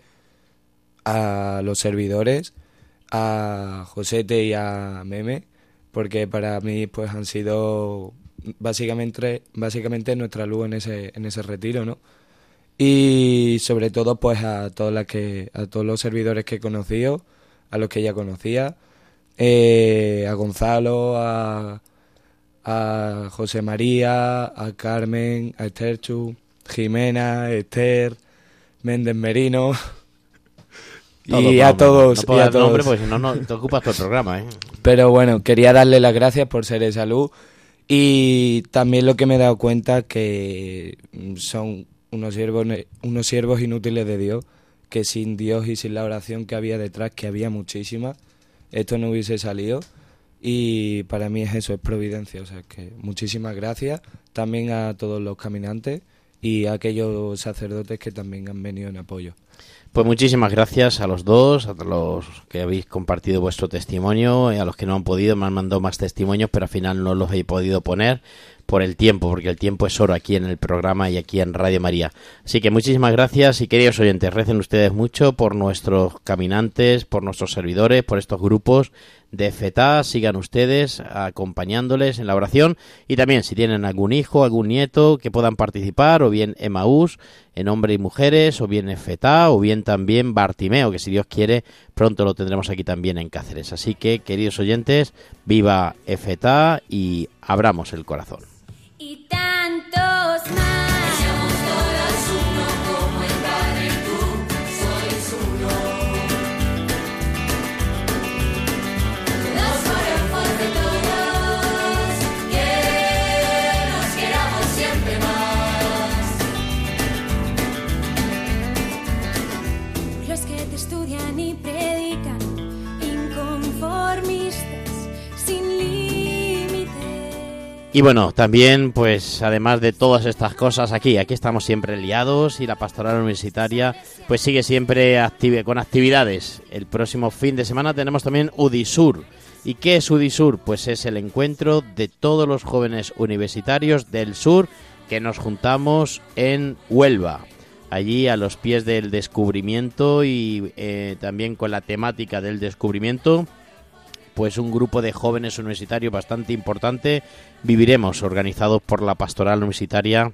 a los servidores, a Josete y a Meme, porque para mí pues han sido básicamente básicamente nuestra luz en ese en ese retiro, ¿no? Y sobre todo pues a todas las que a todos los servidores que he conocido, a los que ya conocía, eh, a Gonzalo, a, a José María, a Carmen, a Esterchu, Jimena, Esther, Méndez Merino Todo, y, no, a todos, no puedo y a dar todos. nombre porque si no, no te ocupas todo el programa, ¿eh? Pero bueno, quería darle las gracias por ser esa luz, y también lo que me he dado cuenta que son unos siervos, unos siervos inútiles de Dios, que sin Dios y sin la oración que había detrás, que había muchísima, esto no hubiese salido, y para mí es eso, es providencia. O sea, que muchísimas gracias también a todos los caminantes y a aquellos sacerdotes que también han venido en apoyo. Pues muchísimas gracias a los dos, a los que habéis compartido vuestro testimonio, y a los que no han podido, me han mandado más testimonios, pero al final no los he podido poner por el tiempo, porque el tiempo es oro aquí en el programa y aquí en Radio María. Así que muchísimas gracias, y queridos oyentes, recen ustedes mucho por nuestros caminantes, por nuestros servidores, por estos grupos de FETA. Sigan ustedes acompañándoles en la oración, y también si tienen algún hijo, algún nieto que puedan participar, o bien Emaús en hombres y mujeres, o bien FETA, o bien también Bartimeo, que si Dios quiere pronto lo tendremos aquí también en Cáceres. Así que, queridos oyentes, viva FETA y abramos el corazón. Y tantos más. Somos todos uno como el Padre, tú sois uno. Los cuerpos de todos, que nos queramos siempre más. Los que te estudian y predican, Y bueno, también, pues además de todas estas cosas, aquí, aquí estamos siempre liados y la pastoral universitaria pues sigue siempre active, con actividades. El próximo fin de semana tenemos también Udisur. ¿Y qué es Udisur? Pues es el encuentro de todos los jóvenes universitarios del sur que nos juntamos en Huelva, allí a los pies del descubrimiento y eh, también con la temática del descubrimiento. Pues un grupo de jóvenes universitarios bastante importante viviremos, organizados por la Pastoral Universitaria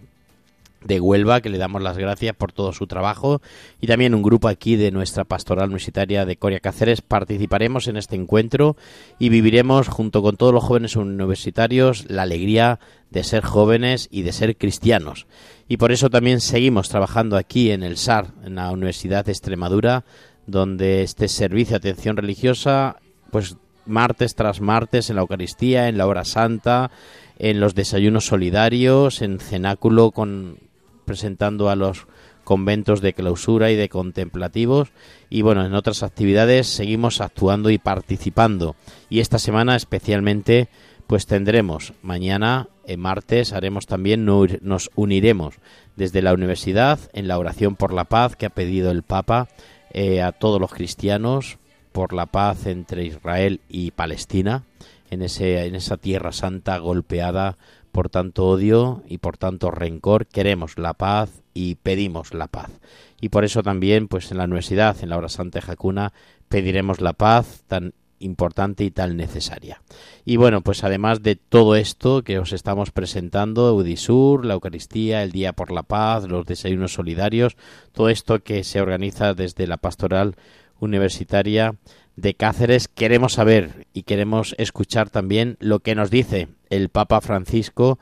de Huelva, que le damos las gracias por todo su trabajo, y también un grupo aquí de nuestra Pastoral Universitaria de Coria Cáceres. Participaremos en este encuentro y viviremos junto con todos los jóvenes universitarios la alegría de ser jóvenes y de ser cristianos. Y por eso también seguimos trabajando aquí en el S A R, en la Universidad de Extremadura, donde este servicio de atención religiosa, pues martes tras martes en la Eucaristía, en la hora santa, en los desayunos solidarios, en cenáculo con presentando a los conventos de clausura y de contemplativos, y bueno, en otras actividades seguimos actuando y participando. Y esta semana especialmente pues tendremos mañana, en martes, haremos también, nos uniremos desde la universidad en la oración por la paz que ha pedido el Papa eh, a todos los cristianos, por la paz entre Israel y Palestina, en ese en esa tierra santa golpeada por tanto odio y por tanto rencor. Queremos la paz y pedimos la paz. Y por eso también, pues en la universidad, en la hora santa de Jacuna, pediremos la paz tan importante y tan necesaria. Y bueno, pues además de todo esto que os estamos presentando, Udisur, la Eucaristía, el Día por la Paz, los desayunos solidarios, todo esto que se organiza desde la Pastoral Universitaria de Cáceres, queremos saber y queremos escuchar también lo que nos dice el Papa Francisco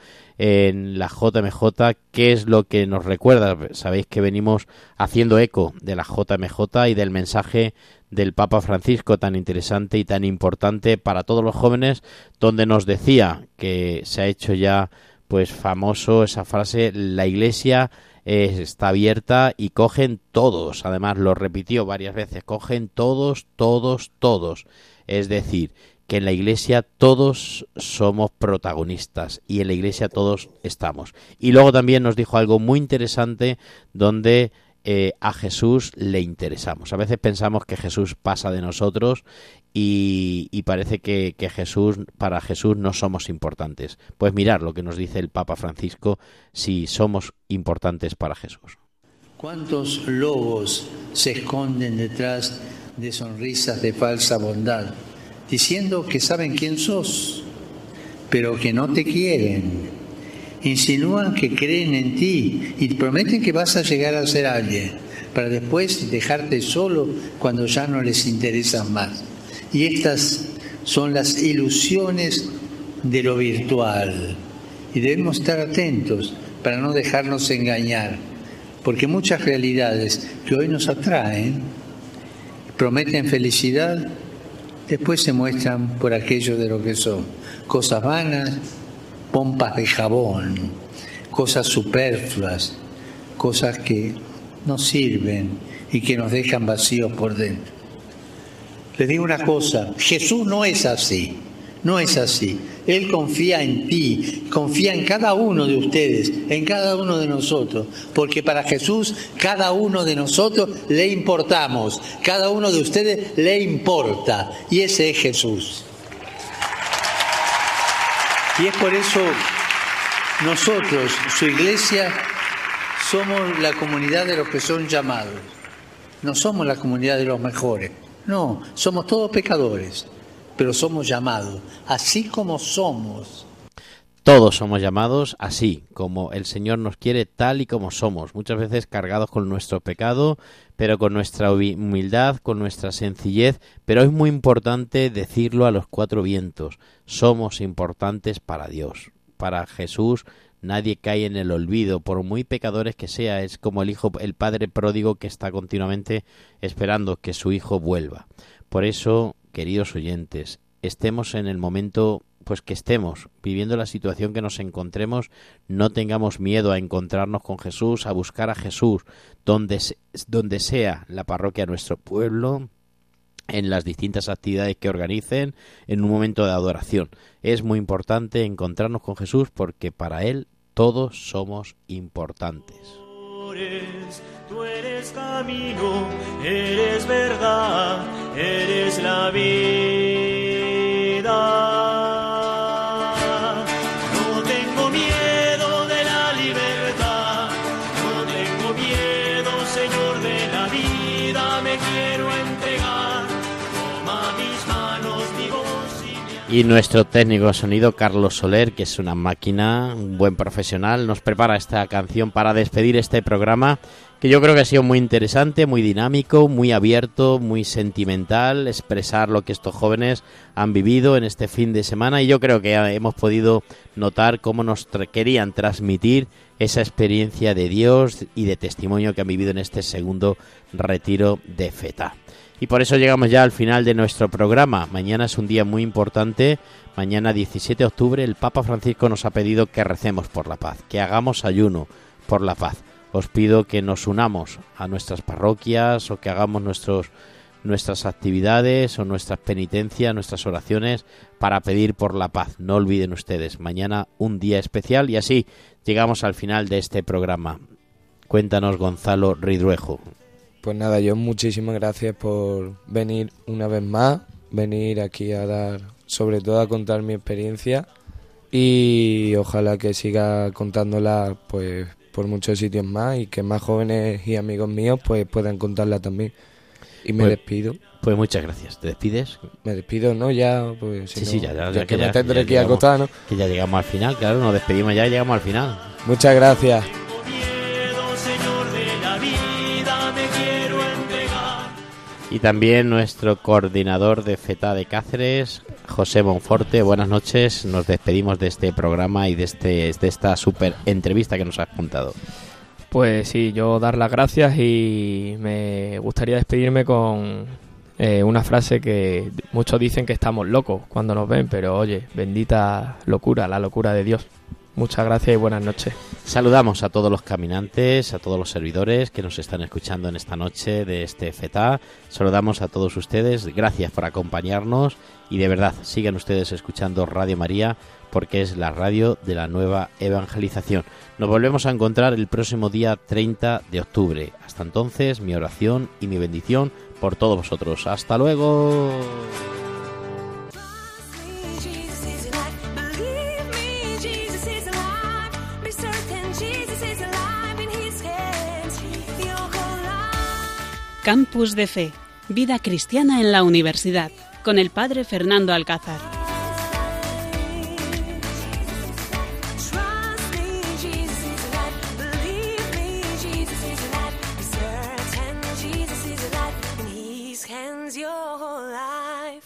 en la J M J, qué es lo que nos recuerda. Sabéis que venimos haciendo eco de la J M J y del mensaje del Papa Francisco tan interesante y tan importante para todos los jóvenes, donde nos decía que se ha hecho ya pues famoso esa frase: la Iglesia eh, está abierta y cogen todos. Además lo repitió varias veces: cogen todos, todos, todos. Es decir, que en la Iglesia todos somos protagonistas y en la Iglesia todos estamos. Y luego también nos dijo algo muy interesante donde eh, a Jesús le interesamos. A veces pensamos que Jesús pasa de nosotros y, y parece que, que Jesús, para Jesús no somos importantes. Pues mirar lo que nos dice el Papa Francisco, si somos importantes para Jesús. ¿Cuántos lobos se esconden detrás de sonrisas de falsa bondad, diciendo que saben quién sos, pero que no te quieren? Insinúan que creen en ti y prometen que vas a llegar a ser alguien, para después dejarte solo cuando ya no les interesas más. Y estas son las ilusiones de lo virtual. Y debemos estar atentos para no dejarnos engañar, porque muchas realidades que hoy nos atraen, prometen felicidad, después se muestran por aquello de lo que son: cosas vanas, pompas de jabón, cosas superfluas, cosas que no sirven y que nos dejan vacíos por dentro. Les digo una cosa: Jesús no es así, no es así. Él confía en ti, confía en cada uno de ustedes, en cada uno de nosotros, porque para Jesús cada uno de nosotros le importamos, cada uno de ustedes le importa, y ese es Jesús. Y es por eso nosotros, su iglesia, somos la comunidad de los que son llamados. No somos la comunidad de los mejores, no, somos todos pecadores, pero somos llamados, así como somos. Todos somos llamados así, como el Señor nos quiere, tal y como somos, muchas veces cargados con nuestro pecado, pero con nuestra humildad, con nuestra sencillez. Pero es muy importante decirlo a los cuatro vientos: somos importantes para Dios. Para Jesús nadie cae en el olvido, por muy pecadores que sea. Es como el hijo, el padre pródigo que está continuamente esperando que su hijo vuelva. Por eso, queridos oyentes, estemos en el momento pues que estemos, viviendo la situación que nos encontremos, no tengamos miedo a encontrarnos con Jesús, a buscar a Jesús donde, donde sea la parroquia de nuestro pueblo, en las distintas actividades que organicen en un momento de adoración. Es muy importante encontrarnos con Jesús porque para Él todos somos importantes. Tú eres camino, eres verdad, eres la vida. No tengo miedo de la libertad, no tengo miedo, Señor, de la vida, me quiero entregar. Toma mis manos, mi voz y mi... Y nuestro técnico de sonido, Carlos Soler, que es una máquina, un buen profesional, nos prepara esta canción para despedir este programa, que yo creo que ha sido muy interesante, muy dinámico, muy abierto, muy sentimental, expresar lo que estos jóvenes han vivido en este fin de semana, y yo creo que hemos podido notar cómo nos tra- querían transmitir esa experiencia de Dios y de testimonio que han vivido en este segundo retiro de Fetá. Y por eso llegamos ya al final de nuestro programa. Mañana es un día muy importante. Mañana, diecisiete de octubre, el Papa Francisco nos ha pedido que recemos por la paz, que hagamos ayuno por la paz. Os pido que nos unamos a nuestras parroquias o que hagamos nuestros, nuestras actividades o nuestras penitencias, nuestras oraciones para pedir por la paz. No olviden ustedes, mañana un día especial, y así llegamos al final de este programa. Cuéntanos, Gonzalo Ridruejo. Pues nada, yo muchísimas gracias por venir una vez más, venir aquí a dar, sobre todo a contar mi experiencia, y ojalá que siga contándola pues por muchos sitios más y que más jóvenes y amigos míos pues puedan contarla también. Y me pues, despido. Pues muchas gracias. ¿Te despides? Me despido, ¿no? Ya, pues si sí, no, sí, ya, ya, ya, ya que, que me ya, tendré ya que ir a llegamos, acostar, ¿no? Que ya llegamos al final, claro, nos despedimos ya y llegamos al final. Muchas gracias. Y también nuestro coordinador de Fetá de Cáceres, José Monforte. Buenas noches, nos despedimos de este programa y de, este, de esta súper entrevista que nos has contado. Pues sí, yo dar las gracias y me gustaría despedirme con eh, una frase que muchos dicen que estamos locos cuando nos ven, pero oye, bendita locura, la locura de Dios. Muchas gracias y buenas noches. Saludamos a todos los caminantes, a todos los servidores que nos están escuchando en esta noche de este Fetá. Saludamos a todos ustedes, gracias por acompañarnos y de verdad sigan ustedes escuchando Radio María porque es la radio de la nueva evangelización. Nos volvemos a encontrar el próximo día treinta de octubre. Hasta entonces, mi oración y mi bendición por todos vosotros. ¡Hasta luego! Campus de Fe, vida cristiana en la universidad, con el padre Fernando Alcázar.